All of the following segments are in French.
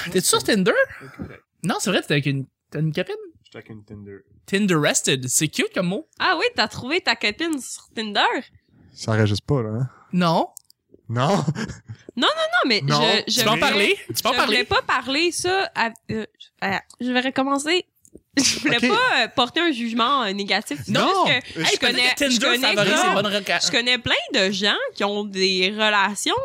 T'es-tu sur Tinder? Non, c'est vrai, t'as une copine? J'étais avec une Tinder. Tinderested. C'est cute comme mot. Ah oui, t'as trouvé ta copine sur Tinder? Ça enregistre pas, là, hein? Non. Non! Non, mais Non. je Tu peux en parler? Tu peux en je voulais parler? pas parler ça. Je vais recommencer. Je voulais Ok. pas porter un jugement négatif. C'est Non. juste que Hey, Je connais que Tinder je connais favorise ça. les bonnes requêtes. je connais plein de gens qui ont des relations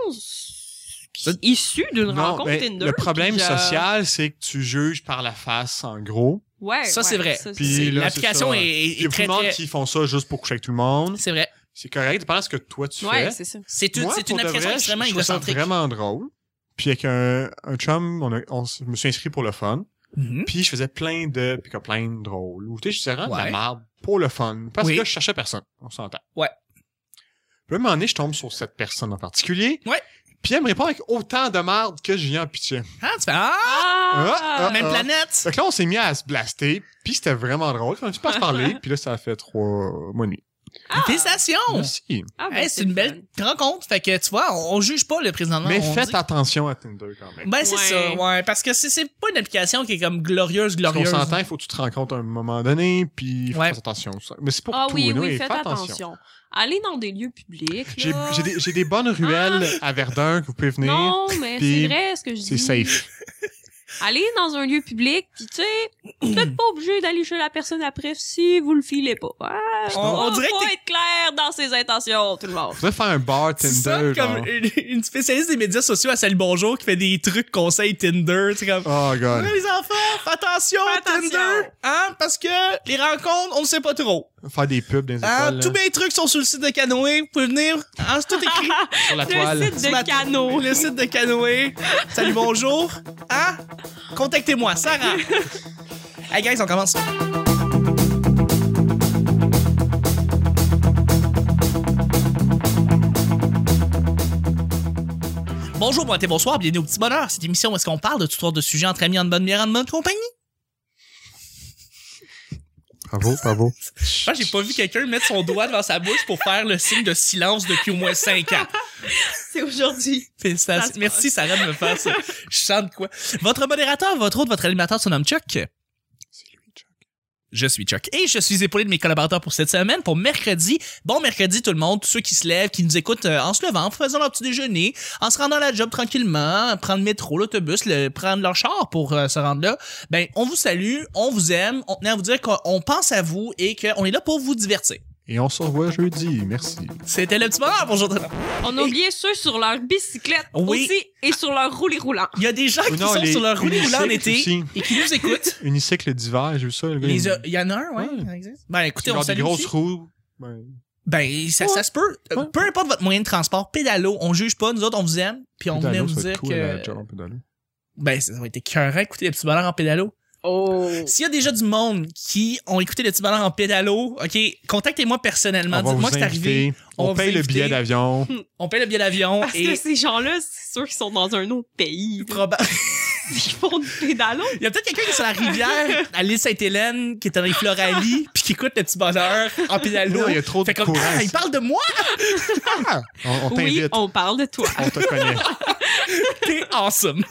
issues d'une Non, rencontre ben, Tinder. le problème puis social, c'est que tu juges par la face, en gros. Ouais, Ça, ouais, c'est vrai. ça, Puis c'est- là, L'application c'est ça. est Il y a très, beaucoup de monde très... qui font ça juste pour coucher avec tout le monde. C'est vrai. C'est correct, dépendant de ce que toi tu Ouais, fais. c'est ça. C'est une Moi, pour de application vrai, extrêmement je trouve ça égocentrique. vraiment drôle. Puis avec un chum, je me suis inscrit pour le fun. Mhm. Puis je faisais plein de pick-up lines drôles. Ou tu sais, je faisais vraiment de Ouais. la merde pour le fun. Parce Oui. que je cherchais personne. On s'entend. Ouais. Puis à un moment donné, je tombe sur cette personne en particulier. Ouais. Puis elle me répond avec autant de merde que j'y ai en pitié. Ah, tu fais ah! Ah! Même planète! Fait que là, on s'est mis à se blaster. Puis c'était vraiment drôle. On a fini par se parler. Puis là, ça a fait 3 mois et demi. Félicitations! Merci. Ah, ben, Hey, c'est une belle rencontre. Fait que, tu vois, on juge pas le présentement. Mais on faites dit- attention à Tinder quand même. Ben, c'est Ouais. ça, ouais. Parce que c'est pas une application qui est comme glorieuse. Parce qu'on s'entend, il faut que tu te rencontres à un moment donné, puis il faut Ouais. faire attention. Mais c'est pour Ah tout, oui, nous, oui, et faites fais attention. Allez dans des lieux publics. J'ai là. j'ai des bonnes ruelles à Verdun que vous pouvez venir. Non, mais puis c'est vrai ce que je dis. C'est safe. Allez dans un lieu public, puis tu sais, vous n'êtes pas obligé d'aller chez la personne après si vous le filez pas. Ah, On dirait que faut t'es- être clair dans ses intentions, tout le monde. Faudrait faire un bar Tu Tinder, sonnes genre. comme une spécialiste des médias sociaux à Salut Bonjour qui fait des trucs conseils Tinder. Tu sais, comme. Oh, God. Ouais, les enfants, faites attention, Fais attention. Tinder! Hein? Parce que les rencontres, on ne sait pas trop. Faire des pubs dans les Hein? écoles, Tous là, mes trucs sont sur le site de Canoë. Vous pouvez venir. Hein? C'est tout écrit. sur la Le toile. site Sur la- de Cano. Le site de Canoë. Salut, bonjour. Hein? Contactez-moi, Sarah. Hey, guys, on commence. Bonjour, bon été, bonsoir, bienvenue au Petit Bonheur. Cette émission où est-ce qu'on parle de toutes sortes de sujets entre amis, en bonne bière, en bonne compagnie. Bravo, bravo. Moi, j'ai pas vu quelqu'un mettre son doigt devant sa bouche pour faire le signe de silence depuis au moins 5 ans. C'est aujourd'hui. Félicitations. Ça se Merci, Sarah, de me faire ça. Je chante quoi? Votre modérateur, votre hôte, votre animateur se nomme Chuck. C'est lui, Chuck. Je suis Chuck. Et je suis épaulé de mes collaborateurs pour cette semaine, pour mercredi. Bon mercredi, tout le monde, tous ceux qui se lèvent, qui nous écoutent en se levant, en faisant leur petit déjeuner, en se rendant à la job tranquillement, prendre le métro, l'autobus, prendre leur char pour se rendre là. Ben, on vous salue, on vous aime, on tenait à vous dire qu'on pense à vous et qu'on est là pour vous divertir. Et on se revoit jeudi. Merci. C'était le petit bonheur pour aujourd'hui. On a oublié ceux sur leur bicyclette Oui. aussi et sur leur roulis roulant. Il y a des gens qui Non, sont les sur leur roue roulant en unicycles été aussi. et qui nous écoutent. Unicycle d'hiver, j'ai vu ça, le gars. Il y en a un, ouais. Ouais. ça existe. Ben, écoutez, on Genre des salue grosses aussi. roues. Ben, Ben, ça se peut. Ouais. Peu importe votre moyen de transport, pédalo, on juge pas, nous autres, on vous aime, puis on venait pédalo, vous ça va dire être cool, la que... job en pédalo. Ben, ça va être écœurant, écouter les petits bonheurs en pédalo. Oh. S'il y a déjà du monde qui ont écouté les petits bonheurs en pédalo, ok, contactez-moi personnellement, On va dites-moi vous que c'est arrivé. inviter. On va On vous paye le inviter. billet d'avion. On paye le billet d'avion Parce que et... ces gens-là, c'est sûr qu'ils sont dans un autre pays. Ils font du pédalo. Il y a peut-être quelqu'un qui est sur la rivière, à l'île Sainte-Hélène, qui est dans les Floralie, puis qui écoute le petit bonheur en pédalo. Non, il y a trop de Fait comme, courant ah, il ici. parle de moi! Ah, on Oui, t'invite. on parle de toi. On te connaît. T'es awesome!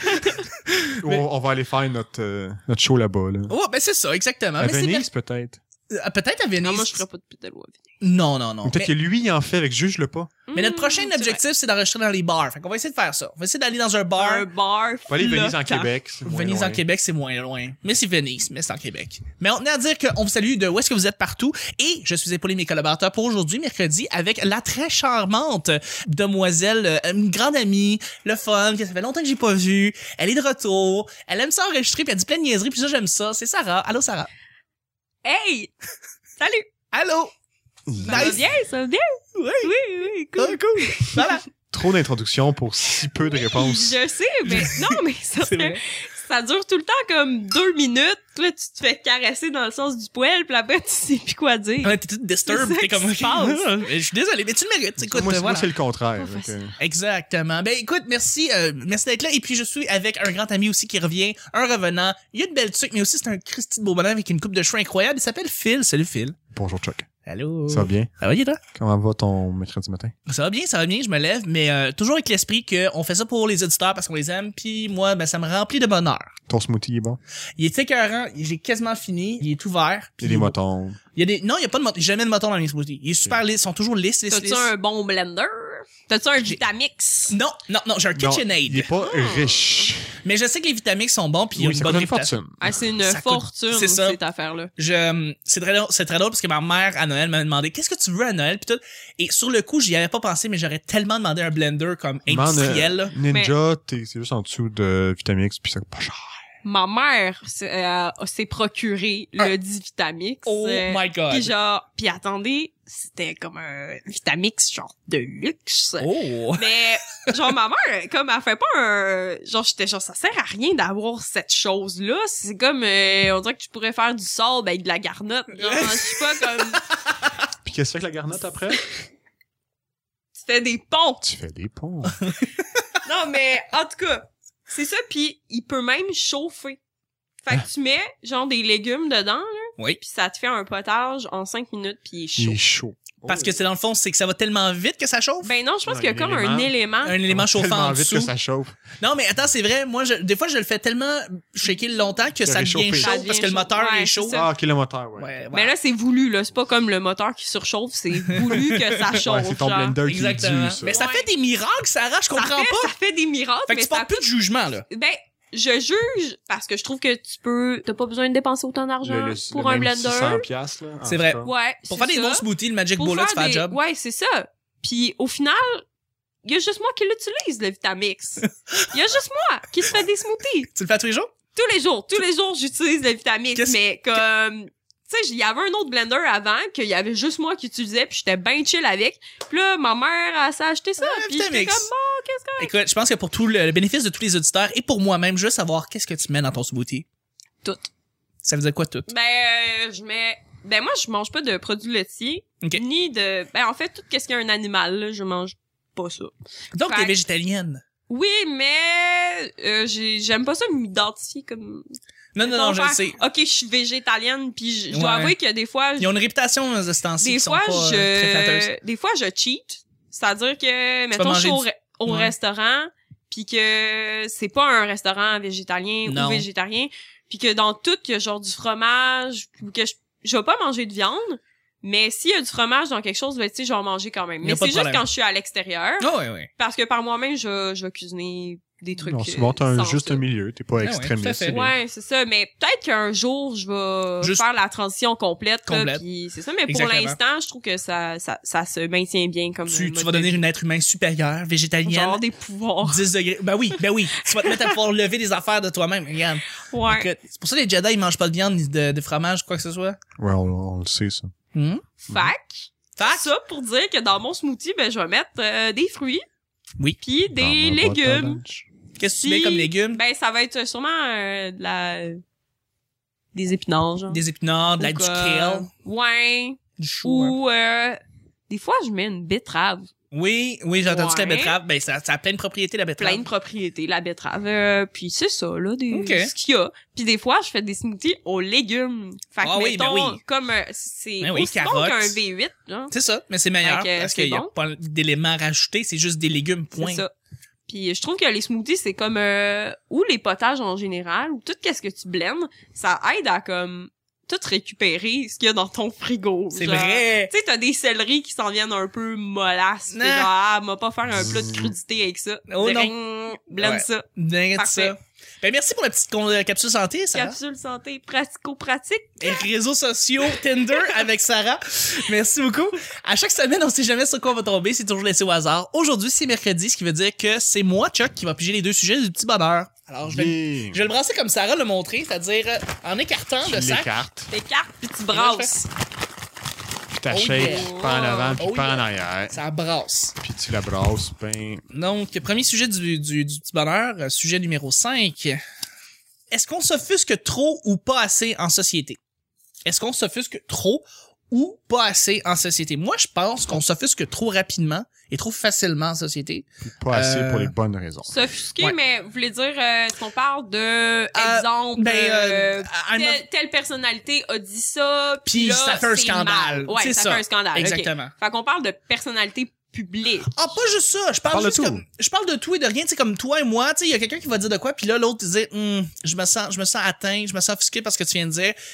On va aller faire notre show là-bas. Là. Oh, ben c'est ça, exactement. À Mais c'est Venise, peut-être. peut-être à Venise. Non, moi, je ferais pas de pédalo à Venise. Non, non, non. Peut-être que lui, il en fait avec juge-le pas. Mais notre prochain c'est objectif, c'est d'enregistrer dans les bars. Fait qu'on va essayer de faire ça. On va essayer d'aller dans un vrai. bar. Un bar. On va aller Venise en flottant. Québec. c'est moins Venise loin. en Québec, c'est moins loin. Mais c'est Venise, mais c'est en Québec. Mais on tenait à dire qu'on vous salue de où est-ce que vous êtes partout. Et je suis épaulé de mes collaborateurs pour aujourd'hui, mercredi, avec la très charmante demoiselle, une grande amie, le fun, que ça fait longtemps que j'ai pas vu. Elle est de retour. Elle aime ça enregistrer, puis elle dit plein de niaiseries, puis ça, j'aime ça. C'est Sarah. Allô, Sarah. Hey! Salut! Allô. Ça va Nice. bien, ça va bien? Oui. Oui, Ah, cool. cool. Voilà. Trop d'introductions pour si peu de réponses. Je sais, mais non, mais ça, C'est vrai. ça dure tout le temps comme 2 minutes. Toi, tu te fais caresser dans le sens du poil, puis après, tu sais plus quoi dire. Ouais, t'es toute disturb, C'est ça t'es comme... qui se passe. Je suis désolé, mais tu le mérites. Écoute, moi, voilà. c'est le contraire. Pas donc, facile. Exactement. Ben écoute, merci d'être là. Et puis je suis avec un grand ami aussi qui revient, un revenant. Il y a de belles trucs, mais aussi c'est un Christy de beau bonhomme avec une coupe de cheveux incroyable. Il s'appelle Phil. Salut Phil. Bonjour, Chuck. Allô? Ça va bien? Ça va bien, toi? Comment va ton mercredi matin? Ça va bien, je me lève, mais toujours avec l'esprit qu'on fait ça pour les auditeurs parce qu'on les aime, puis moi, ben ça me remplit de bonheur. Ton smoothie est bon? Il est écœurant, j'ai quasiment fini, il est ouvert. Il y a des motons. Non, il y a pas de jamais de moton dans les smoothies. Il est super lisse, ils sont toujours lisses. T'as-tu un bon blender? T'as-tu un Vitamix? Non, j'ai un KitchenAid. Il est pas riche. Mais je sais que les Vitamix sont bons, puis il y a Oui, une ça bonne coûte une réputation. fortune. Ah, c'est une Ça coûte- fortune, c'est ça. cette affaire-là. C'est très drôle parce que ma mère à Noël m'a demandé qu'est-ce que tu veux à Noël puis tout. Et sur le coup, j'y avais pas pensé, mais j'aurais tellement demandé un blender comme industriel. Là. Ninja, c'est juste en dessous de Vitamix, puis ça coûte pas cher. Ma mère s'est procuré le dit Vitamix. Oh my god. Puis attendez, c'était comme un Vitamix genre de luxe. Oh. Mais genre ma mère, comme elle fait pas un j'étais genre ça sert à rien d'avoir cette chose-là, c'est comme on dirait que tu pourrais faire du sable avec de la garnotte. Genre, je sais pas comme Puis qu'est-ce que c'est que la garnotte après? tu fais des ponts. Tu fais des ponts. Non mais en tout cas, c'est ça, puis il peut même chauffer. Fait que tu mets genre des légumes dedans là, Oui. puis ça te fait un potage en 5 minutes puis il est chaud. Il est chaud. Parce que c'est dans le fond, c'est que ça va tellement vite que ça chauffe. Ben non, je pense Non, qu'il y a un comme élément. un élément. Un élément chauffant Tellement en vite dessous. que ça chauffe. Non, mais attends, c'est vrai. Moi, des fois, je le fais tellement shaker longtemps que ça devient réchauffé. chaud Ça devient parce que le chaud. moteur Ouais, est chaud. c'est ça. Ah, ok, le moteur, ouais. Ouais, Mais là, c'est voulu, là. C'est pas comme le moteur qui surchauffe, c'est voulu que ça chauffe. Ouais, c'est ton genre. blender qui est Exactement. dû, ça. Mais ça Ouais. fait des miracles, Sarah, je comprends ça pas. fait des miracles, Fait que mais tu portes plus de jugement, là. Ben, je juge parce que je trouve que t'as pas besoin de dépenser autant d'argent pour un blender. 600 piastres, là. en C'est tout vrai. cas. Ouais. Pour faire des bons smoothies, le Magic Bowl, là, tu fais un job. Ouais, c'est ça. Puis au final, il y a juste moi qui l'utilise, le Vitamix. Il y a juste moi qui se fait des smoothies. Tu le fais tous les jours? Tous les jours, j'utilise le Vitamix. Mais comme, tu sais, il y avait un autre blender avant qu'il y avait juste moi qui utilisais, puis j'étais bien chill avec. Puis là, ma mère, elle s'est acheté ça. Puis j'étais Vitamix. comme, bon, qu'est-ce que... Écoute, je pense que pour tout le bénéfice de tous les auditeurs et pour moi-même, je veux savoir qu'est-ce que tu mets dans ton smoothie. Tout. Ça veut dire quoi, tout? Ben, moi, je mange pas de produits laitiers. Ok. Ni de... Ben, en fait, tout ce qui est un animal, là, je mange pas ça. Donc, Fait- t'es végétalienne. Oui, mais j'aime pas ça m'identifier comme... Non, Mettons, je le faire, sais. OK, je suis végétalienne, puis je dois Ouais. avouer que des fois... Ils ont une réputation de ce temps-ci Des qui sont fois, pas très flatteuses. des fois, je cheat. C'est-à-dire que, mettons, je suis manger au Ouais. restaurant, puis que c'est pas un restaurant végétalien Non. ou végétarien, puis que dans tout, il y a genre du fromage, ou que je vais pas manger de viande, mais s'il y a du fromage dans quelque chose, ben, tu sais, je vais en manger quand même. Il y a Mais pas c'est de juste problème. quand je suis à l'extérieur, Ah ouais. parce que par moi-même, je vais cuisiner des trucs. Non, souvent, t'as sans juste ça. un milieu. T'es pas ouais, extrémiste. tout à fait. c'est bien. Ouais, c'est ça. Mais peut-être qu'un jour, je vais Juste- faire la transition complète. là, Complète. puis c'est ça. Mais Exactement. pour l'instant, je trouve que ça se maintient bien comme Tu mode vas de devenir vie. une être humain supérieure, végétalienne. Genre des pouvoirs. 10 degrés. Ben oui. Tu vas te mettre à pouvoir lever des affaires de toi-même. Regarde. Ouais. Écoute, c'est pour ça que les Jedi, ils mangent pas de viande ni de fromage, quoi que ce soit. Ouais, on le sait, ça. Fac. Fac? Ça pour dire que dans mon smoothie, ben, je vais mettre des fruits. Oui. Puis des Dans ma boîte à légumes. lunch. Qu'est-ce que tu Si- mets comme légumes? Ben, ça va être sûrement des épinards, genre. Des épinards, Ou du kale, Ouais. du chou. Ou, des fois, je mets une betterave. Oui, j'ai entendu que la Ouais. betterave, ben ça a plein de propriétés, la betterave. Plein de propriétés, la betterave. Puis c'est ça, là, Ok. ce qu'il y a. Puis des fois, je fais des smoothies aux légumes. Fait que, Ah oui, ben mettons, oui. comme c'est Ben oui, aussi bon carottes. qu'un V8, genre. C'est ça, mais c'est meilleur Fait que parce c'est qu'il y a bon. pas d'éléments rajoutés, c'est juste des légumes, point. C'est ça. Puis je trouve que les smoothies, c'est comme... ou les potages en général, ou tout ce que tu blendes, ça aide à, comme, tout récupérer ce qu'il y a dans ton frigo. C'est genre. vrai. Tu sais, t'as des céleris qui s'en viennent un peu mollasses. Non. Pis genre, m'a pas faire un plat de crudité avec ça. Oh non. Dring, blende Ouais. ça. Dingue Parfait. ça. Ben merci pour la petite capsule santé, Sarah. Capsule santé pratico-pratique. Et réseaux sociaux, Tinder avec Sarah. Merci beaucoup. À chaque semaine, on sait jamais sur quoi on va tomber, c'est toujours laissé au hasard. Aujourd'hui, c'est mercredi, ce qui veut dire que c'est moi, Chuck, qui va piger les deux sujets du petit bonheur. Alors, je vais le brasser comme Sarah l'a montré, c'est-à-dire en écartant Tu le sac. l'écartes, T'écartes pis tu brasses. puis t'as Oh shake, yeah. par en avant, puis Oh par en yeah. arrière. Ça brasse. Puis tu la brasses, ben... Donc, premier sujet du petit bonheur, sujet numéro 5. Est-ce qu'on s'offusque trop ou pas assez en société? Est-ce qu'on s'offusque trop ou pas assez en société. Moi, je pense qu'on s'offusque trop rapidement et trop facilement en société. Pas assez pour les bonnes raisons. S'offusquer, Ouais. mais vous voulez dire, est-ce qu'on parle de exemple, telle personnalité a dit ça, puis là, ça fait un c'est scandale. mal. Ouais, C'est ça ça. fait un scandale. Exactement. Okay. Fait qu'on parle de personnalité publique. Ah, pas juste ça. Je parle de juste tout. comme, je parle de tout et de rien. Tu sais, comme toi et moi, tu sais, il y a quelqu'un qui va dire de quoi, puis là, l'autre disait, je me sens atteint, je me sens offusqué parce que tu viens de dire.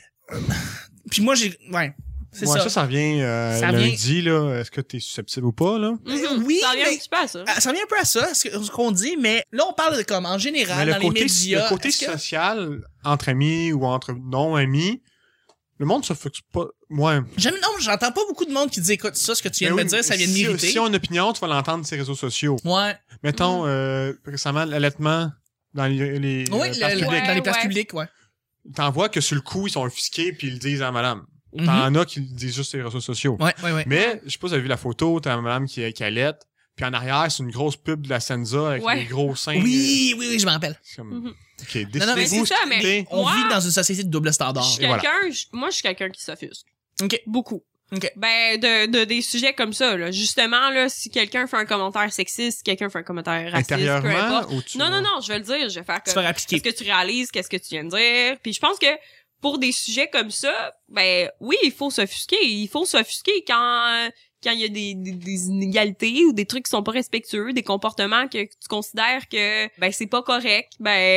Puis moi, c'est Ouais, ça. ça vient Ça lundi, là. Est-ce que t'es susceptible ou pas, là? Oui, Ça revient mais- un petit peu à ça. Ça revient un peu à ça, ce qu'on dit, mais là, on parle de comme, en général, Mais dans les médias. le côté est-ce que- social, entre amis ou entre non-amis, le monde se fixe pas. Ouais. Non, j'entends pas beaucoup de monde qui dit, écoute, ça, ce que tu viens de Mais me oui, dire, ça vient de si- m'irriter. Si on a une opinion, tu vas l'entendre sur les réseaux sociaux. Ouais. Mettons, récemment, l'allaitement dans les Oui, places publiques. dans les places Ouais. publiques, ouais. T'en vois que sur le coup, ils sont offusqués puis ils le disent à madame. Mhm. T'en as qui le disent juste sur les réseaux sociaux. Ouais. Mais, je sais pas si vous avez vu la photo, t'as madame qui allaite, puis en arrière, c'est une grosse pub de la Senza avec Ouais. des gros seins. Oui, je me rappelle. C'est comme, Mhm. OK, Non, mais décidez-vous c'est ça, ce mais- qui est. On Moi- vit dans une société de double standard. Je suis Et voilà. moi, je suis quelqu'un qui s'offusque. OK. Beaucoup. OK. Ben, de des sujets comme ça, là. Justement, là, si quelqu'un fait un commentaire sexiste, si quelqu'un fait un commentaire raciste, peu Intérieurement, importe. ou tu... Non, je vais le dire, je vais faire Se comme, faire appliquer. qu'est-ce que tu réalises, qu'est-ce que tu viens de dire. Puis je pense que pour des sujets comme ça, ben, oui, il faut s'offusquer. Il faut s'offusquer quand il y a des inégalités ou des trucs qui sont pas respectueux, des comportements que tu considères que, ben, c'est pas correct,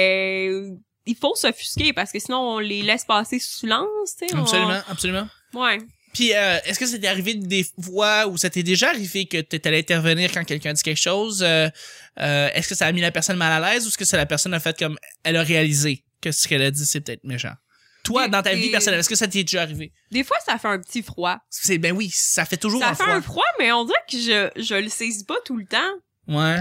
ben, il faut s'offusquer parce que sinon on les laisse passer sous silence, tu sais. Absolument. Ouais. Puis, est-ce que c'était arrivé des fois où ça t'est déjà arrivé que t'allais intervenir quand quelqu'un dit quelque chose? Est-ce que ça a mis la personne mal à l'aise ou est-ce que c'est la personne a fait comme elle a réalisé que ce qu'elle a dit c'est peut-être méchant? Toi, dans ta vie personnelle, est-ce que ça t'est déjà arrivé? Des fois, ça fait un petit froid. Ben oui, ça fait toujours Ça un fait froid. un froid, mais on dirait que je le saisis pas tout le temps. Ouais.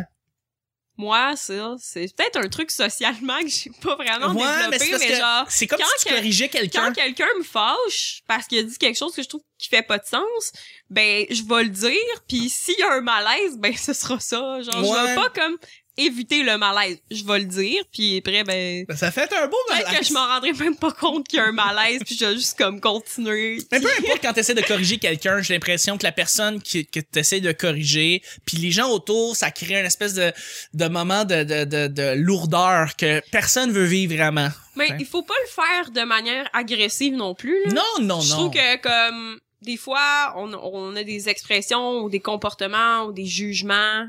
Moi, ça, c'est peut-être un truc socialement que j'ai pas vraiment Ouais, mais développé, c'est parce mais que genre, c'est comme quand si tu corrigeais quelqu'un. quand quelqu'un me fâche parce qu'il a dit quelque chose que je trouve qui fait pas de sens, ben, je vais le dire, puis s'il y a un malaise, ben, ce sera ça. Genre, je Ouais. vais pas comme éviter le malaise. Je vais le dire, puis après, ben, Ben, ça fait un beau peut-être malaise. que je m'en rendrai même pas compte qu'il y a un malaise, puis je vais juste comme continuer. Mais peu importe quand t'essaies de corriger quelqu'un, j'ai l'impression que la personne que t'essaies de corriger, puis les gens autour, ça crée une espèce de moment de lourdeur que personne veut vivre vraiment. Mais Ouais. il faut pas le faire de manière agressive non plus, là. Non. Je trouve que comme des fois on a des expressions ou des comportements ou des jugements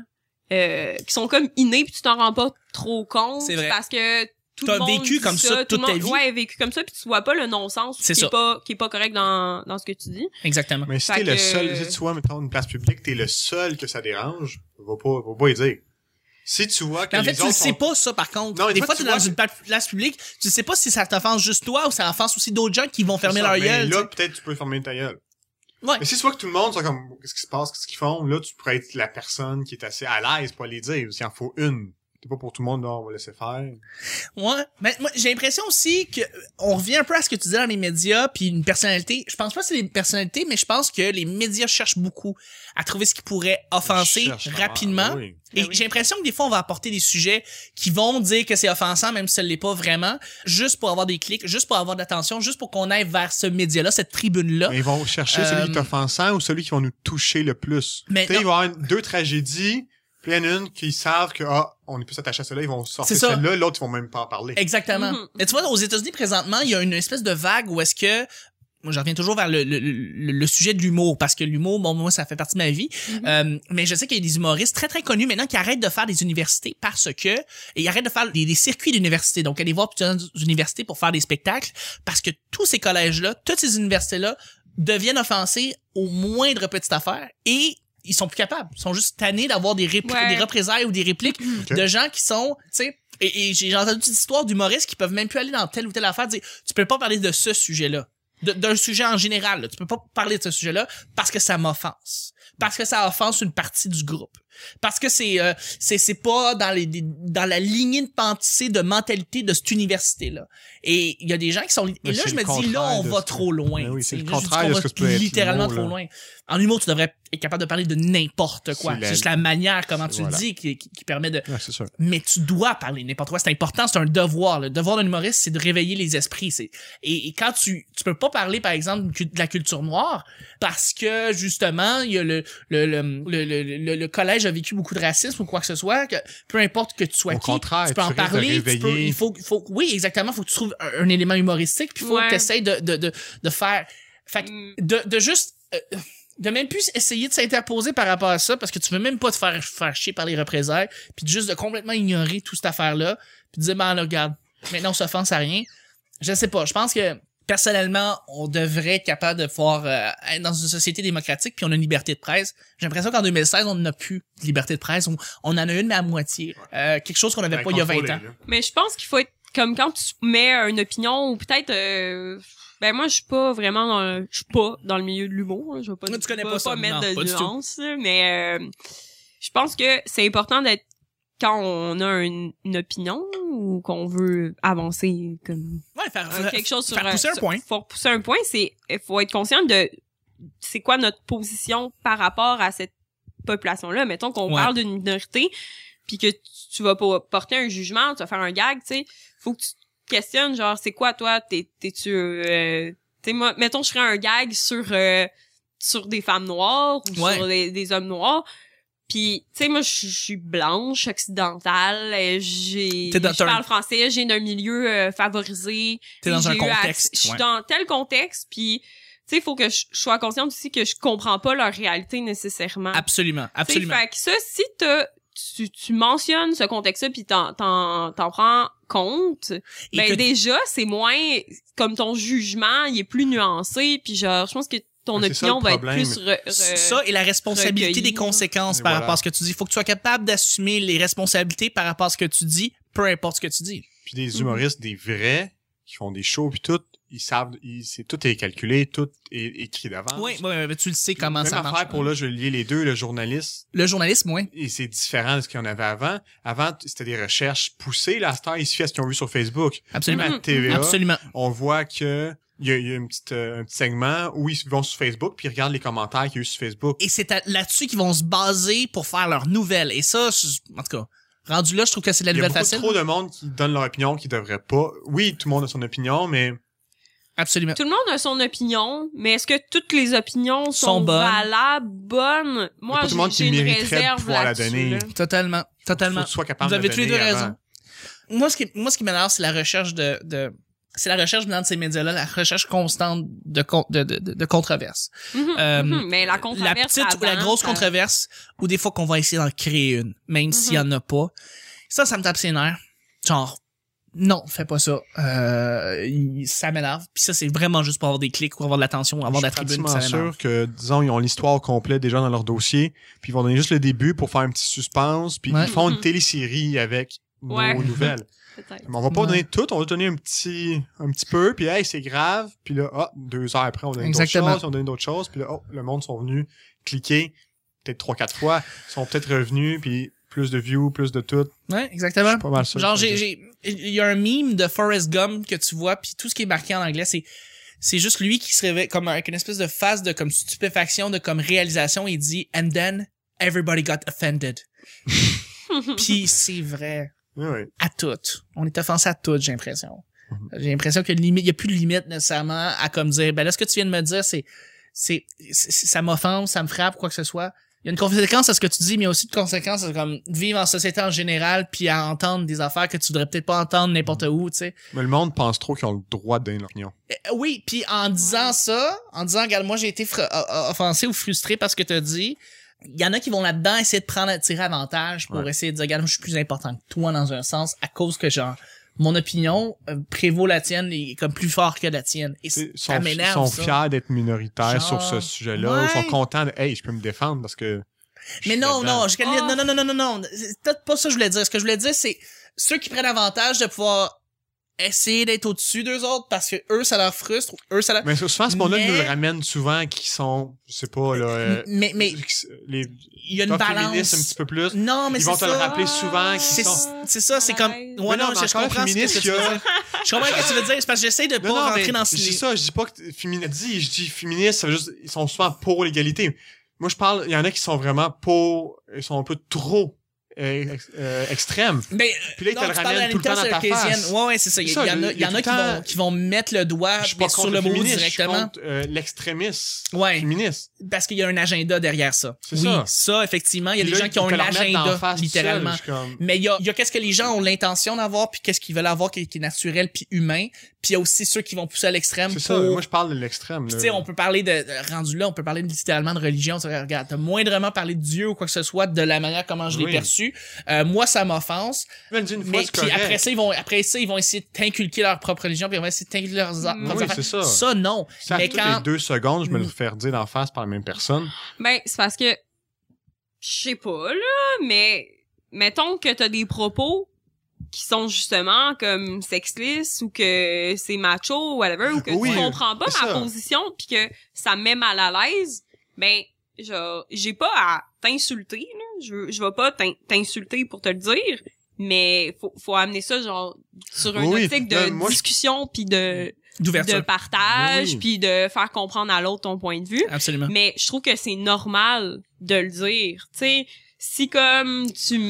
qui sont comme innés puis tu t'en rends pas trop compte C'est vrai. parce que tout T'as le monde vécu dit comme ça toute tout le ta monde- vie. Ouais, vécu comme ça puis tu vois pas le non-sens C'est qui ça. est pas correct dans ce que tu dis. Exactement. Mais si Fait t'es le que- seul, si tu vois, mettons, une place publique, t'es le seul que ça dérange, va pas y dire. Si tu vois que Mais en fait, les tu le autres sais sont... pas, ça, par contre. Non, mais des toi, fois, tu t'es dans vois une place publique, tu sais pas si ça t'offense juste toi ou ça offense aussi d'autres gens qui vont fermer leur Mais gueule. là, tu sais. peut-être tu peux fermer ta gueule. Ouais. Mais si tu vois que tout le monde sont comme, qu'est-ce qui se passe, qu'est-ce qu'ils font, là, tu pourrais être la personne qui est assez à l'aise pour les dire. S'il en faut une. C'est pas pour tout le monde, là, on va laisser faire. Ouais, mais moi j'ai l'impression aussi que on revient un peu à ce que tu dis dans les médias puis une personnalité. Je pense pas que c'est les personnalités, mais je pense que les médias cherchent beaucoup à trouver ce qui pourrait offenser Cherche rapidement. vraiment, oui. Et Ben oui. j'ai l'impression que des fois on va apporter des sujets qui vont dire que c'est offensant même si ça l'est pas vraiment, juste pour avoir des clics, juste pour avoir de l'attention, juste pour qu'on aille vers ce média-là, cette tribune-là. Mais ils vont chercher celui qui est offensant ou celui qui va nous toucher le plus. Mais Tu sais, non. il va y avoir deux tragédies, puis il y en a une qui savent que, on est plus attaché à celle-là, ils vont sortir C'est ça. celle-là, l'autre, ils vont même pas en parler. Exactement. Mhm. Mais tu vois, aux États-Unis présentement, il y a une espèce de vague où est-ce que moi, je reviens toujours vers le sujet de l'humour, parce que l'humour, bon, moi, ça fait partie de ma vie. Mais je sais qu'il y a des humoristes très, très connus maintenant qui arrêtent de faire des universités parce que, et ils arrêtent de faire des circuits d'université. Donc, aller voir plusieurs universités pour faire des spectacles parce que tous ces collèges-là, toutes ces universités-là deviennent offensés au moindre petite affaire et ils sont plus capables. Ils sont juste tannés d'avoir des Ouais. des représailles ou des répliques Ok. de gens qui sont, tu sais, et j'ai entendu des histoires d'humoristes qui peuvent même plus aller dans telle ou telle affaire, dire, tu peux pas parler de ce sujet-là. D'un sujet en général, là. Tu peux pas parler de ce sujet-là parce que ça m'offense. Parce que ça offense une partie du groupe. Parce que c'est pas dans la lignée de pensée, de mentalité de cette université-là. Et il y a des gens qui sont... Et là, je me dis, là, on va trop loin. Oui, c'est le Là, contraire je dis de qu'on ce que va tu peux être littéralement l'humour, trop là. loin. En humour, tu devrais être capable de parler de n'importe quoi. C'est C'est juste la manière comment tu Voilà. le dis qui permet de... Ouais, c'est sûr. Mais tu dois parler n'importe quoi. C'est important, c'est un devoir. Le devoir d'un humoriste, c'est de réveiller les esprits. Et quand tu peux pas parler, par exemple, de la culture noire, parce que, justement, il y a le collège a vécu beaucoup de racisme ou quoi que ce soit, que peu importe que tu sois Au qui, contraire, tu peux en tu risques de parler, réveiller. il faut, oui, exactement, faut que tu trouves un élément humoristique, puis il faut Ouais. que tu essaies de faire, fait que de juste, de même plus essayer de s'interposer par rapport à ça, parce que tu veux même pas te faire chier par les représailles, puis juste de complètement ignorer toute cette affaire-là, puis de dire, ben là, regarde, maintenant on s'offense à rien. Je sais pas, je pense que personnellement, on devrait être capable de pouvoir être dans une société démocratique, puis on a une liberté de presse. J'ai l'impression qu'en 2016, on n'a plus de liberté de presse. On en a une, mais à moitié. Quelque chose qu'on n'avait pas il y a 20 ans. Mais je pense qu'il faut être comme quand tu mets une opinion ou peut-être ben moi je suis pas dans le milieu de l'humour, hein. Je vais pas Tu connais je vais pas ça, mettre non, de pas du tout. nuances, là, mais je pense que c'est important d'être quand on a une opinion ou qu'on veut avancer comme Ouais, faire quelque chose sur faire pousser un point. Faut pousser un point, faut être conscient de c'est quoi notre position par rapport à cette population-là. Mettons qu'on Ouais. parle d'une minorité, puis que tu vas pas porter un jugement, tu vas faire un gag, tu sais, faut que tu te questionnes, genre, c'est quoi, toi, t'es-tu... tu sais, moi, mettons, je ferais un gag sur des femmes noires ou Ouais. sur des hommes noirs, puis, tu sais, moi, je suis blanche, occidentale, je parle français, j'ai un milieu favorisé. T'es dans un j'ai eu contexte, je suis ouais. dans tel contexte, puis tu sais, il faut que je sois consciente aussi que je comprends pas leur réalité nécessairement. Absolument, Tu sais, absolument. fait que ça, si tu mentionnes ce contexte-là puis t'en prends compte, Et ben que- déjà, c'est moins comme ton jugement, il est plus nuancé, puis genre, je pense que ton C'est ça, opinion le va être problème. plus Ça et la responsabilité recueilli, des conséquences là. par Et rapport voilà. à ce que tu dis. Il faut que tu sois capable d'assumer les responsabilités par rapport à ce que tu dis, peu importe ce que tu dis. Puis des humoristes, des vrais, qui font des shows puis tout, ils savent, tout est calculé, tout est écrit d'avance. Oui, tu le sais comment Même ça affaire marche. pour là, je vais lier les deux, le journaliste, Le journalisme, oui. et c'est différent de ce qu'il y en avait avant. Avant, c'était des recherches poussées. Là, à cette heure, ils se fient à ce qu'ils ont vu sur Facebook. Absolument. Même à TVA, Absolument. on voit que il y a un petit segment où ils vont sur Facebook puis ils regardent les commentaires qu'il y a eu sur Facebook. Et c'est là-dessus qu'ils vont se baser pour faire leurs nouvelles. Et ça, en tout cas, rendu là, je trouve que c'est de la Il y a nouvelle beaucoup facile. trop de monde qui donne leur opinion qui devrait pas. Oui, tout le monde a son opinion, mais Absolument. Tout le monde a son opinion, mais est-ce que toutes les opinions Sont sont bonnes. valables, bonnes? Il y a Moi, pas tout le monde qui j'ai une mériterait de réserve pouvoir la là-dessus. donner. Là. Totalement. Totalement. faut que tu sois capable Vous avez de tous les deux donner avant. raison. Moi, ce qui m'énerve, c'est la recherche c'est la recherche dans ces médias-là, la recherche constante de controverses. Mais la La controverse petite ou la avant, grosse ça- controverse, ou des fois qu'on va essayer d'en créer une, même s'il y en a pas. Ça me tape ses nerfs. Genre, non, fais pas ça. Ça m'énerve. Puis ça, c'est vraiment juste pour avoir des clics ou avoir de l'attention, avoir de la Je suis tribune. pratiquement Ça m'énerve. sûr que, disons, ils ont l'histoire au complet déjà dans leur dossier, puis ils vont donner juste le début pour faire un petit suspense, puis Ouais. ils font une télésérie avec nos Ouais. nouvelles. Peut-être. Mais on va pas Ouais. donner tout, on va donner un petit peu, puis hey, c'est grave, puis là, 2 heures après, on donne d'autres Exactement. choses, on donne d'autres choses, puis là, le monde sont venus cliquer peut-être 3-4 fois, ils sont peut-être revenus, puis plus de views, plus de tout. Ouais, Je exactement. suis pas mal sûr. Genre, il y a un meme de Forrest Gump que tu vois, puis tout ce qui est marqué en anglais, c'est juste lui qui se réveille comme avec une espèce de phase de comme stupéfaction, de comme réalisation, il dit and then everybody got offended. Puis c'est vrai Oui. à toutes. On est offensé à toutes, j'ai l'impression. J'ai l'impression que limite, il y a plus de limite nécessairement à comme dire ben là ce que tu viens de me dire c'est ça m'offense, ça me frappe quoi que ce soit. Il y a une conséquence à ce que tu dis, mais il y a aussi une conséquence à comme vivre en société en général puis à entendre des affaires que tu voudrais peut-être pas entendre n'importe où, tu sais. Mais le monde pense trop qu'ils ont le droit de donner leur opinion. Oui, puis en disant ça, regarde, moi j'ai été offensé ou frustré parce que t'as dit, il y en a qui vont là-dedans essayer de tirer avantage pour essayer de dire regarde, moi je suis plus important que toi dans un sens à cause que genre mon opinion prévaut la tienne et est comme plus fort que la tienne. Et Ils ça m'énerve, sont ça. fiers d'être minoritaires Genre, sur ce sujet-là. ouais. Ils sont contents de hey, je peux me défendre parce que. je Mais suis non, là-dedans. non. C'est peut-être pas ça que je voulais dire. Ce que je voulais dire, c'est ceux qui prennent avantage de pouvoir essayer d'être au-dessus d'eux autres parce que eux, ça leur frustre, eux, ça leur... Mais souvent, ce monde-là Mais- nous le ramène souvent qui sont, je sais pas, là, mais les il y a une féministes un balance. petit peu plus. Non, mais Ils c'est vont te le ça. rappeler souvent qu'ils C'est sont... ça, c'est comme... Ouais, Ouais, Mais non, mais je encore comprends ce que féministe, tu il y veux a- dire. Je comprends ce que tu veux dire, c'est parce que j'essaie de pas Non, non, rentrer mais dans je ce... dis ça, je dis pas que je dis féministes, ça veut juste, ils sont souvent pour l'égalité. Moi, je parle, il y en a qui sont vraiment pour, ils sont un peu trop extrêmes. Mais, Puis là, ils non, te le tu parles de la ramènent tout le temps dans ta militance face. Ouais, c'est ça. Il y C'est ça, en a, il y a tout le qui temps- qui vont mettre le doigt Je suis pas sur contre le mot féministe, directement. je suis contre l'extrémisme Ouais. féministe. Parce qu'il y a un agenda derrière ça. C'est Oui, ça. effectivement, il y a Puis des là, gens qui ont ils te un le remettent d'en agenda, face tout littéralement. seul, je suis comme- Mais il y a qu'est-ce que les gens ont l'intention d'avoir, puis qu'est-ce qu'ils veulent avoir qui est naturel puis humain. Puis il y a aussi ceux qui vont pousser à l'extrême C'est pour... ça, moi je parle de l'extrême. Puis là. tu sais, on peut parler rendu là, on peut parler littéralement de religion. Tu sais, regarde, t'as moindrement parlé de Dieu ou quoi que ce soit de la manière comment je l'ai Oui. perçu. Moi, ça m'offense. Même une fois, Mais c'est puis correct. après ça, ils vont essayer de t'inculquer leur propre religion, puis ils vont essayer de t'inculquer leurs propres Oui, affaires. c'est ça. Ça, non. Ça, mais toutes quand... les 2 secondes, je me le fais redire d'en face par la même personne. Ben, c'est parce que, je sais pas, là, mais mettons que t'as des propos qui sont justement comme sexistes ou que c'est macho ou whatever, ou que Oui, tu comprends pas c'est ma ça. position pis que ça me met mal à l'aise, ben, genre, j'ai pas à t'insulter, là. Je vais pas t'insulter pour te le dire, mais faut amener ça, genre, sur une Oui, optique de là, moi, je- discussion pis de D'ouverture. partage Oui. puis de faire comprendre à l'autre ton point de vue. Absolument. Mais je trouve que c'est normal de le dire. Tu sais, si comme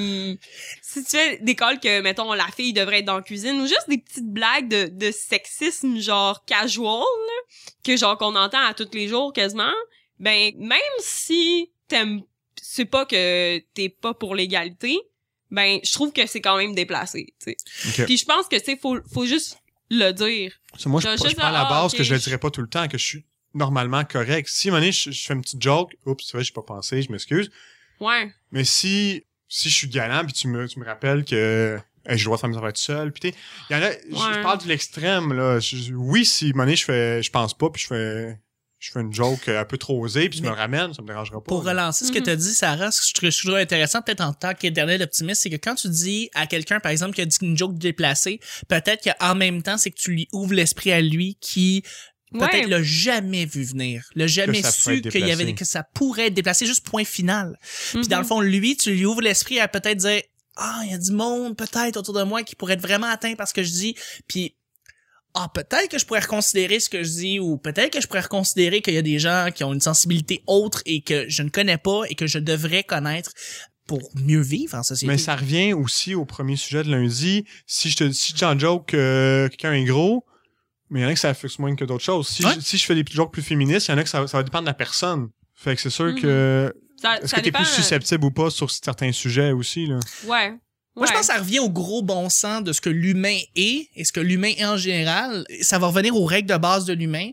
si tu fais des calls que, mettons, la fille devrait être dans la cuisine ou juste des petites blagues de sexisme genre casual, là, que genre qu'on entend à tous les jours quasiment, ben, même si c'est pas que t'es pas pour l'égalité, ben, je trouve que c'est quand même déplacé, tu sais. Ok. Puis je pense que, tu sais, faut juste le dire. Ça, moi, je Juste prends la dire, base ok, que je le dirais pas tout le temps, que je suis normalement correct. Si à un moment donné, je fais une petite joke, oups, c'est vrai, j'ai pas pensé, je m'excuse. Ouais. Mais si je suis galant puis tu me rappelles que hey, je dois faire mes affaires tout seul, puis il y en a, je parle de l'extrême là. Oui, si à un moment donné, je pense pas puis je fais une joke un peu trop osée puis tu me le ramènes, ça me dérangera pas. Pour là. relancer ce que tu as dit, Sarah, ce que je trouve intéressant, peut-être en tant qu'éternel optimiste, c'est que quand tu dis à quelqu'un, par exemple, qui a dit une joke déplacée, peut-être qu'en même temps, c'est que tu lui ouvres l'esprit à lui qui peut-être Ouais. l'a jamais vu venir, l'a jamais ça peut su être qu'il y avait déplacé. que ça pourrait être déplacé, juste point final. Puis dans le Mhm. fond, lui, tu lui ouvres l'esprit à peut-être dire ah, il y a du monde peut-être autour de moi qui pourrait être vraiment atteint par ce que je dis, puis peut-être que je pourrais reconsidérer ce que je dis, ou peut-être que je pourrais reconsidérer qu'il y a des gens qui ont une sensibilité autre et que je ne connais pas et que je devrais connaître pour mieux vivre en société. Mais ça revient aussi au premier sujet de lundi. Si j'en joke que quelqu'un est gros, mais il y en a que ça affecte moins que d'autres choses. Si, Ouais. si je fais des jokes plus féministes, il y en a que ça va dépendre de la personne. Fait que c'est sûr Mhm. que Ça est-ce que t'es dépend, plus susceptible ou pas sur certains sujets aussi là. Ouais. Moi, je pense que ça revient au gros bon sens de ce que l'humain est et ce que l'humain est en général. Ça va revenir aux règles de base de l'humain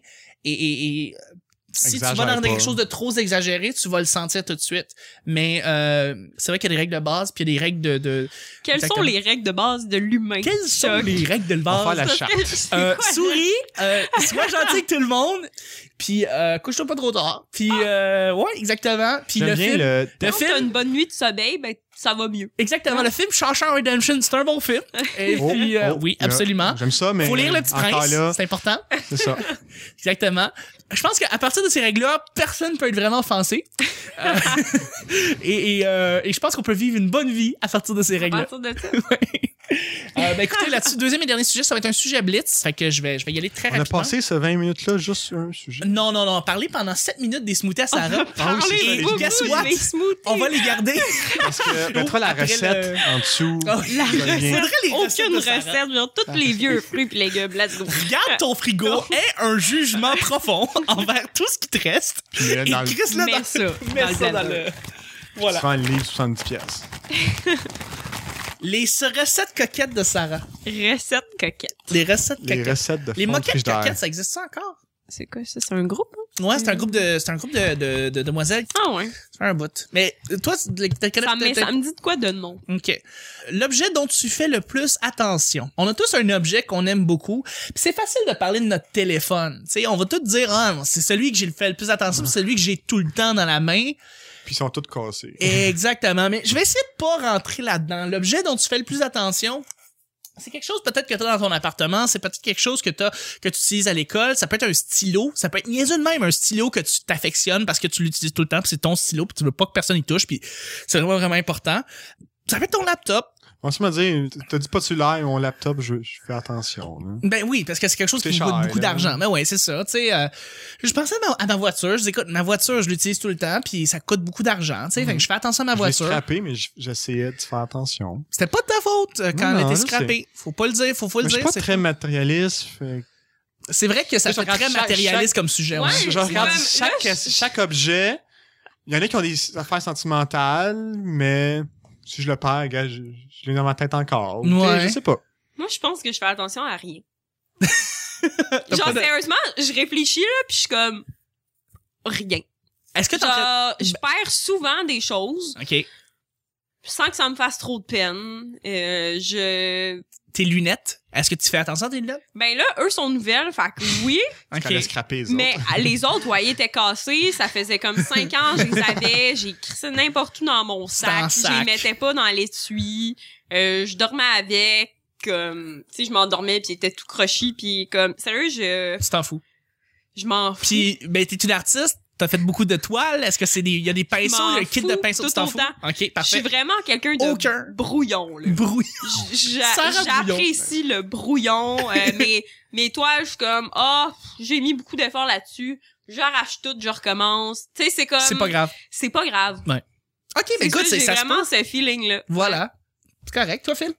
et si tu vas Exagère dans pas. quelque chose de trop exagéré, tu vas le sentir tout de suite. Mais c'est vrai qu'il y a des règles de base puis il y a des règles de... Quelles Exactement. sont les règles de base de l'humain? Quelles sont Chuck? les règles de On va base? faire la Parce charte. que c'est quoi, Souris, sois gentil avec tout le monde, puis couche-toi pas trop tard. Puis ouais, exactement. Puis J'aime le bien film, le le Quand t'as film, une bonne nuit de sommeil, ben ça va mieux. exactement, le film Shawshank Redemption, c'est un bon film. Et Oh, puis oh, oui, là, absolument. J'aime ça, mais Faut lire Le Petit encore Prince, là, c'est important. c'est ça. Exactement. Je pense qu'à partir de ces règles-là, personne peut être vraiment offensé. Euh, et je pense qu'on peut vivre une bonne vie à partir de ces À règles-là. partir de ça. Ben écoutez, là-dessus, deuxième et dernier sujet, ça va être un sujet blitz. Fait que je vais y aller très On a rapidement. passé ces 20 minutes-là juste sur un sujet. Non. Parler pendant 7 minutes des smoothies à Sarah. Ah oui, c'est ça, Parlez, les- vous, guess vous, what? les smoothies. On va les garder. Parce que mettra la Après recette le- en dessous. Oh, La Ça devient- recette. Faudrait les recettes Aucune de Sarah. recette, genre tous les vieux fruits pis légumes, let's go. Regarde ton frigo et un jugement profond envers tout ce qui te reste. Puis Et dans le crisse-le Mets dans, ça mets dans le ça dans blender. le... Voilà. tu vends le livre 70 pièces. Les recettes coquettes de Sarah. Recette coquette. Les recettes Les coquettes. recettes de Les fond de moquettes frigidaire. coquettes, ça existe ça encore? C'est quoi ça? C'est un groupe? Hein? Ouais, c'est un groupe de demoiselles. Ah ouais. C'est un bout. Mais toi, Ça me dit de quoi de nom? OK. L'objet dont tu fais le plus attention. On a tous un objet qu'on aime beaucoup. Puis c'est facile de parler de notre téléphone. Tu sais, on va tous dire, c'est celui que j'ai fait le plus attention, c'est celui que j'ai tout le temps dans la main. Puis ils sont tous cassés. Exactement. Mais je vais essayer de pas rentrer là-dedans. L'objet dont tu fais le plus attention, c'est quelque chose peut-être que t'as dans ton appartement, c'est peut-être quelque chose que tu utilises à l'école, ça peut être un stylo, ça peut être niaiseux de même, un stylo que tu t'affectionnes parce que tu l'utilises tout le temps, puis c'est ton stylo, puis tu veux pas que personne y touche, puis c'est vraiment, vraiment important. Ça peut être ton laptop. On se m'a dit, t'as dit pas de cellulaire, mon laptop, je fais attention. Là. Ben oui, parce que c'est quelque chose qui cher, coûte beaucoup là. d'argent. Ben ouais, c'est ça. Tu sais, je pensais à ma voiture. Je dis, écoute, ma voiture, je l'utilise tout le temps, puis ça coûte beaucoup d'argent. Tu sais, fait que je fais attention à ma Je l'ai voiture. scrappé, mais j'essayais de faire attention. C'était pas de ta faute quand Non, elle non, était je scrappée. Faut pas le dire, faut le Mais je dire. suis pas c'est- très matérialiste. Fait... C'est vrai que ça Je fait regarde très matérialiste comme sujet. Ouais, Je c'est regarde comme- chaque objet. Il y en a qui ont des affaires sentimentales, mais si je le perds, gars, je l'ai dans ma tête encore. Ouais. Tu sais, je sais pas. Moi, je pense que je fais attention à rien. T'as Genre, pas de- sérieusement, je réfléchis, là, puis je suis comme... Rien. Est-ce que t'en fais... Genre, je perds souvent des choses OK. sans que ça me fasse trop de peine. Tes lunettes. Est-ce que tu fais attention à tes lunettes? Ben là, eux sont nouvelles, fait que oui, Tu OK. allais scraper les mais autres. les autres, ouais, ils étaient cassés. Ça faisait comme 5 ans, je les avais. J'ai crissé n'importe où dans mon C'était en sac. Je sac. les mettais pas dans l'étui. Je dormais avec. Comme, tu sais, je m'endormais puis il était tout crochi puis comme, sérieux, Tu t'en fous. je m'en fous. Puis, ben, t'es une artiste? T'as fait beaucoup de toiles? Est-ce que il y a des pinceaux? Il y a un kit de fous pinceaux? Tu tout t'en fous? autant. OK, Je suis parfait. vraiment quelqu'un de Aucun. brouillon, là. Brouillon. Sarah J'apprécie le brouillon, mais toi, je suis comme, j'ai mis beaucoup d'efforts là-dessus. J'arrache tout, je recommence. Tu sais, c'est comme... C'est pas grave. C'est pas grave. OK, mais écoute, j'ai ça se vraiment peut. ce feeling-là. Voilà. C'est correct. Toi, Phil?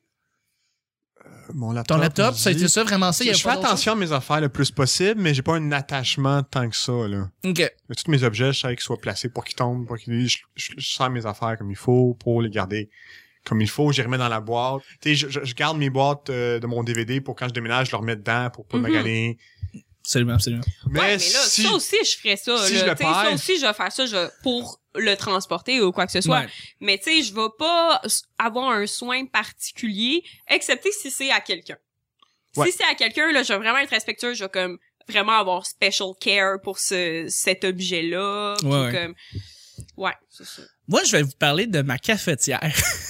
Mon laptop. Ton laptop, je ça a dis- été ça, vraiment ça? Il y a Je fais pas d'autre attention à mes affaires le plus possible, mais j'ai pas un attachement tant que ça, là. chose? OK. Mais tous mes objets, je sais qu'ils soient placés pour qu'ils tombent, pour qu'ils, je sers mes affaires comme il faut, pour les garder comme il faut. Je les remets dans la boîte. Tu sais, je garde mes boîtes de mon DVD pour quand je déménage, je le remets dedans pour pas Mhm. maganer. Absolument, absolument. Mais, Ouais, mais là, si, ça aussi, je ferais ça. si là. je le Tu sais, ça perds- aussi, je vais faire ça pour le transporter ou quoi que ce soit. Ouais. Mais tu sais, je vais pas avoir un soin particulier, excepté si c'est à quelqu'un. Ouais. Si c'est à quelqu'un, là, je vais vraiment être respectueux, je vais comme vraiment avoir special care pour cet objet-là. puis Ouais, ouais. comme... Ouais, c'est ça. Moi, je vais vous parler de ma cafetière.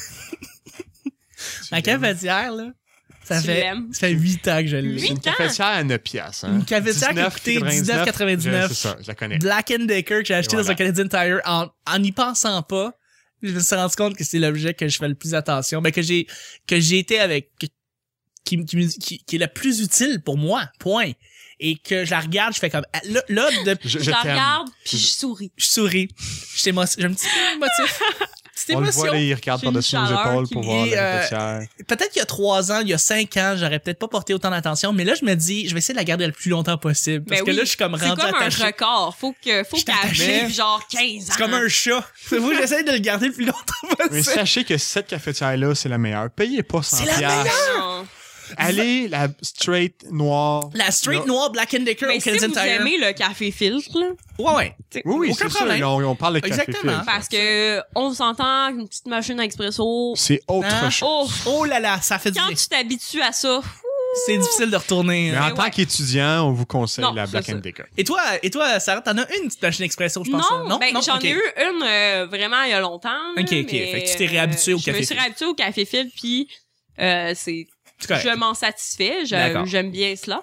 Ma cafetière, là, ça Tu fait l'aimes? 8 ans que je l'ai. c'est une 8 ans? cafetière à 9 piastres, hein. Une cafetière qui a coûté 19,99. C'est ça, je la connais. Black & Decker que j'ai acheté Et dans un voilà. Canadian Tire en y pensant pas. Je me suis rendu compte que c'est l'objet que je fais le plus attention. Ben, que j'ai été avec, qui est le plus utile pour moi. Point. Et que je la regarde, je fais comme, là, Je Je la t'aime. regarde, puis je souris. je souris. J'ai un petit motif. Petite On le émotion. voit, là, il regarde J'ai une par-dessus nos chaleur épaules qui pour me- voir Et, la cafetière. Peut-être qu'il y a 3 ans, il y a 5 ans, j'aurais peut-être pas porté autant d'attention, mais là, je me dis, je vais essayer de la garder le plus longtemps possible. Parce Ben que oui. là, je suis comme C'est rendu comme attaché. un record. Faut Je qu'elle t'attache. vive genre 15 ans. C'est comme un chat. C'est vous, j'essaie de le garder le plus longtemps Mais possible. sachez que cette cafetière-là, c'est la meilleure. Payez pas 100 C'est la piastres. Non. Allez, la straight noire. La straight Là. noire Black & Decker Mais au si Canadian vous Tire. aimez le café filtre, là, Ouais. t'sais, Oui, oui, Aucun c'est problème. ça. On parle de café Exactement. filtre. parce que on s'entend qu'une petite machine à expresso. C'est autre Hein? chose. Oh, Oh là là, ça fait du quand bien. tu t'habitues à ça. C'est difficile de retourner. Mais en tant ouais. qu'étudiant, on vous conseille Non, la c'est Black ça. Decker. Et toi, Sarah, t'en as une petite machine expresso, je pense. Non, ben j'en Ok. ai eu une vraiment il y a longtemps. là, Ok, ok. mais, Fait que tu t'es réhabitué au Je café me suis filtre. réhabituée au café filtre, puis c'est C'est correct. je m'en satisfais, D'accord. j'aime bien cela.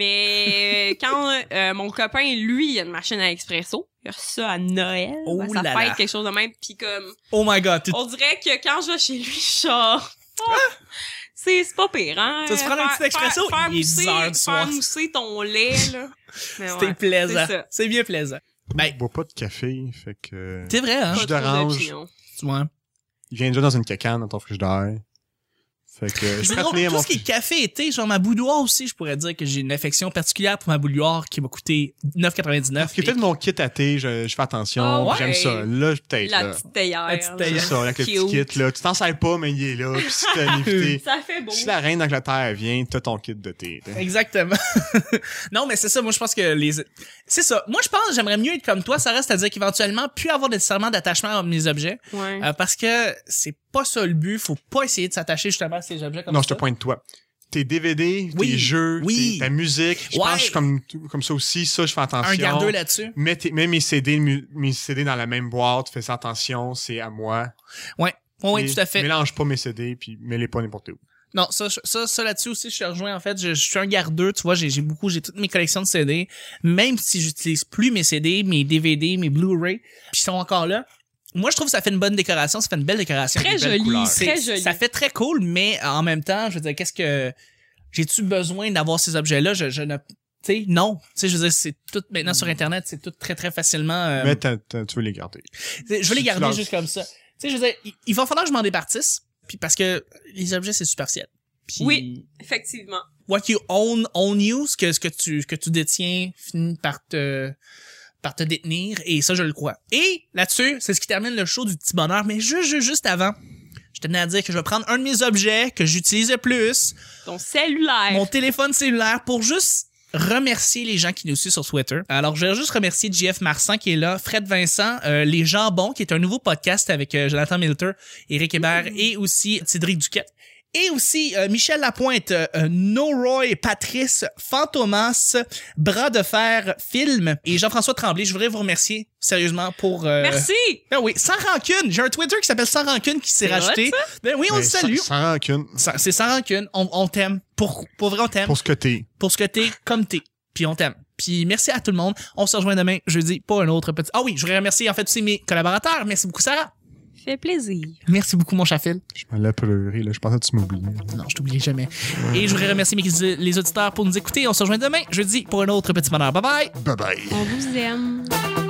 Mais quand mon copain, lui, il a une machine à expresso, il a reçu ça à Noël, Oh à sa là fête, là. quelque chose de même, puis comme, Oh my god, on dirait que quand je vais chez lui, je suis genre, c'est pas pire, hein? Tu vas te prendre un petit expresso? Faire Il est 10 heures du soir. faire mousser ton lait, là. Mais c'était ouais, plaisant. c'est ça. C'est bien plaisant. Ben, Je bois pas de café, fait que... c'est vrai, hein? Jus d'orange. d'opinion. Tu vois. Il vient déjà dans une cacane dans ton frigidaire. Fait que je C'est peux drôle, tenir tout mon ce qui est café et thé, genre ma bouilloire aussi, je pourrais dire que j'ai une affection particulière pour ma bouilloire qui m'a coûté 9,99. Ce qui est peut-être mon kit à thé, je fais attention, Ah ouais. j'aime ça. Là, peut-être, La là. petite théière. La petite là. C'est théière. ça, avec le Cute. petit kit, là. Tu t'en sers pas, mais il est là. Puis si t'as un invité, Ça fait beau. si la reine d'Angleterre vient, t'as ton kit de thé. là. Exactement. Non, mais c'est ça. Moi, je pense que c'est ça. Moi, je pense que j'aimerais mieux être comme toi, Sarah, c'est-à-dire qu'éventuellement, plus avoir nécessairement d'attachement à mes objets. Ouais. Parce que c'est pas ça le but. Faut pas essayer de s'attacher justement à ces objets comme Non, ça. je te pointe toi. Tes DVD, Oui, tes jeux, oui. ta musique. Je Ouais. pense que je suis comme ça aussi. Ça, je fais attention. Un gardeux là-dessus. Mets mes CD, mes CD dans la même boîte. Fais attention, c'est à moi. Ouais. Oui, Et tout à fait. Mélange pas mes CD, puis mets-les pas n'importe où. Non, ça là-dessus aussi, je te rejoins. En fait, je suis un gardeux, tu vois, j'ai toutes mes collections de CD, même si j'utilise plus mes CD, mes DVD, mes Blu-ray, puis ils sont encore là. Moi, je trouve que ça fait une bonne décoration, ça fait une belle décoration. Très joli, très joli. Ça fait très cool, mais en même temps, je veux dire, j'ai-tu besoin d'avoir ces objets-là? Je ne, tu sais, non. Tu sais, je veux dire, c'est tout maintenant sur Internet, c'est tout très, très facilement. Mais tu veux les garder. Je veux les garder juste comme ça. Tu sais, je veux dire, il va falloir que je m'en départisse, puis parce que les objets, c'est superficiel. Puis, oui, effectivement. What you own you, ce que tu détiens finit par te détenir, et ça, je le crois. Et là-dessus, c'est ce qui termine le show du petit bonheur, mais juste avant, je tenais à dire que je vais prendre un de mes objets que j'utilise le plus. Ton cellulaire. Mon téléphone cellulaire, pour juste remercier les gens qui nous suivent sur Twitter. Alors, je vais juste remercier JF Marsan qui est là, Fred Vincent, Les Jambons, qui est un nouveau podcast avec Jonathan Milter, Éric Hébert et aussi Cédric Duquette. Et aussi Michel Lapointe, Noroy, Patrice, Fantomas, Bras de Fer, Film et Jean-François Tremblay. Je voudrais vous remercier sérieusement pour... Merci! Ben oui, Sans Rancune. J'ai un Twitter qui s'appelle Sans Rancune qui s'est rajouté. Ben oui, on le salue. Sans rancune. C'est Sans Rancune. On t'aime. Pour vrai, on t'aime. Pour ce que t'es. Pour ce que t'es, comme t'es. Puis on t'aime. Puis merci à tout le monde. On se rejoint demain, jeudi, pour un autre petit... Ah oui, je voudrais remercier en fait aussi mes collaborateurs. Merci beaucoup, Sarah. Fait plaisir. Merci beaucoup, mon chafil. Je m'allais pleurer, là. Je pensais que tu m'oubliais. Non, je t'oublie jamais. Et je voudrais remercier les auditeurs pour nous écouter. On se rejoint demain, jeudi, pour un autre petit bonheur. Bye bye! Bye bye! On vous aime.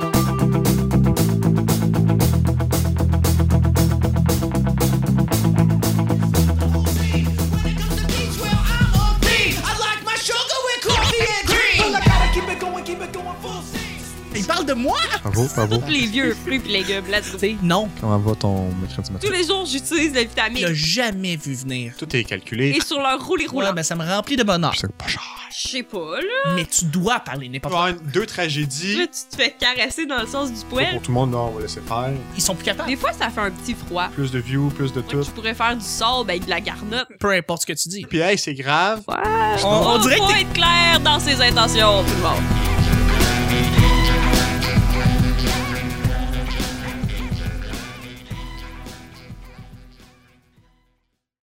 Il parle de moi? Bravo. Tous les vieux fruits pis légumes, let's go. T'sais, non. Comment va ton mercredi matin? Tous les jours, j'utilise la Il vitamine. l'a jamais vu venir. Tout est calculé. Et sur leur roulis roulant. Ouais, ben ça me remplit de bonheur. C'est pas cher. Je sais pas, là. Mais tu dois parler Il n'importe va y quoi. avoir deux tragédies. Là, tu te fais caresser dans le sens du Pas poil. pour tout le monde, non, on va laisser faire. Ils sont plus capables. Des fois, ça fait un petit froid. Plus de views, plus de Moi, tout. tu pourrais faire du sable avec de la garnotte. Peu importe ce que tu dis. Puis hey, c'est grave. Ouais. On dirait que faut t'es- être clair dans ses intentions, tout le monde.